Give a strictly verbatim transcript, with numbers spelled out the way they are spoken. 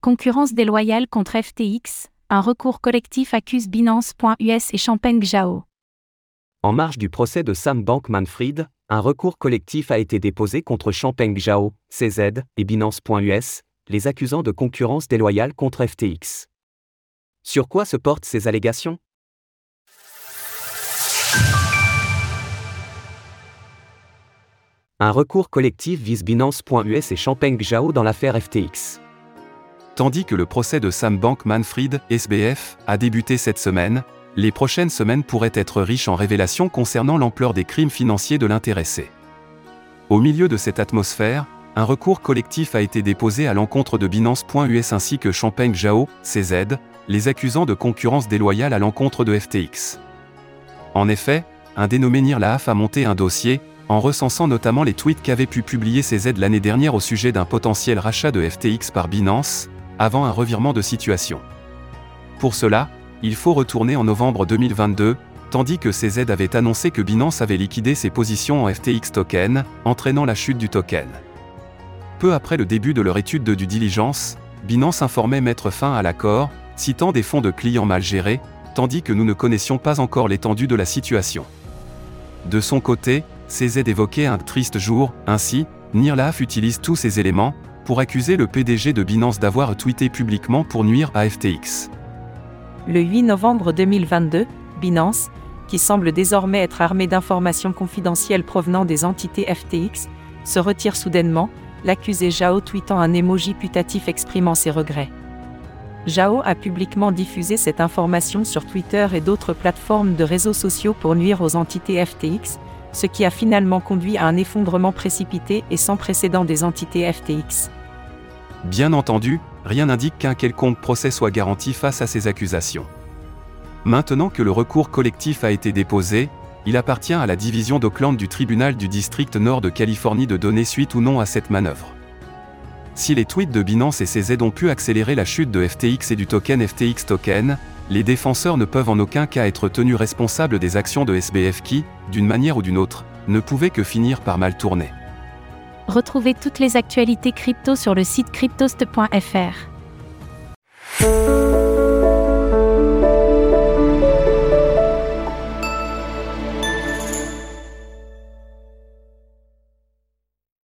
Concurrence déloyale contre F T X, un recours collectif accuse Binance point U S et Changpeng Zhao. En marge du procès de Sam Bankman-Fried, un recours collectif a été déposé contre Changpeng Zhao, C Z et Binance point U S, les accusant de concurrence déloyale contre F T X. Sur quoi se portent ces allégations ? Un recours collectif vise Binance point U S et Changpeng Zhao dans l'affaire F T X. Tandis que le procès de Sam Bankman-Fried, S B F, a débuté cette semaine, les prochaines semaines pourraient être riches en révélations concernant l'ampleur des crimes financiers de l'intéressé. Au milieu de cette atmosphère, un recours collectif a été déposé à l'encontre de Binance point U S ainsi que Changpeng Zhao, C Z, les accusant de concurrence déloyale à l'encontre de F T X. En effet, un dénommé Nir Lahaf a monté un dossier, en recensant notamment les tweets qu'avait pu publier C Z l'année dernière au sujet d'un potentiel rachat de F T X par Binance, avant un revirement de situation. Pour cela, il faut retourner en novembre deux mille vingt-deux, tandis que C Z avait annoncé que Binance avait liquidé ses positions en F T X token, entraînant la chute du token. Peu après le début de leur étude de due diligence, Binance informait mettre fin à l'accord, citant des fonds de clients mal gérés, tandis que nous ne connaissions pas encore l'étendue de la situation. De son côté, C Z évoquait un triste jour, ainsi, Nir Lahaf utilise tous ces éléments, pour accuser le P D G de Binance d'avoir tweeté publiquement pour nuire à F T X. Le huit novembre deux mille vingt-deux, Binance, qui semble désormais être armée d'informations confidentielles provenant des entités F T X, se retire soudainement, l'accusé Zhao tweetant un emoji putatif exprimant ses regrets. Zhao a publiquement diffusé cette information sur Twitter et d'autres plateformes de réseaux sociaux pour nuire aux entités F T X, ce qui a finalement conduit à un effondrement précipité et sans précédent des entités F T X. Bien entendu, rien n'indique qu'un quelconque procès soit garanti face à ces accusations. Maintenant que le recours collectif a été déposé, il appartient à la division d'Oakland du tribunal du district nord de Californie de donner suite ou non à cette manœuvre. Si les tweets de Binance et C Z ont pu accélérer la chute de F T X et du token F T X token, les défenseurs ne peuvent en aucun cas être tenus responsables des actions de S B F qui, d'une manière ou d'une autre, ne pouvaient que finir par mal tourner. Retrouvez toutes les actualités crypto sur le site cryptost point F R.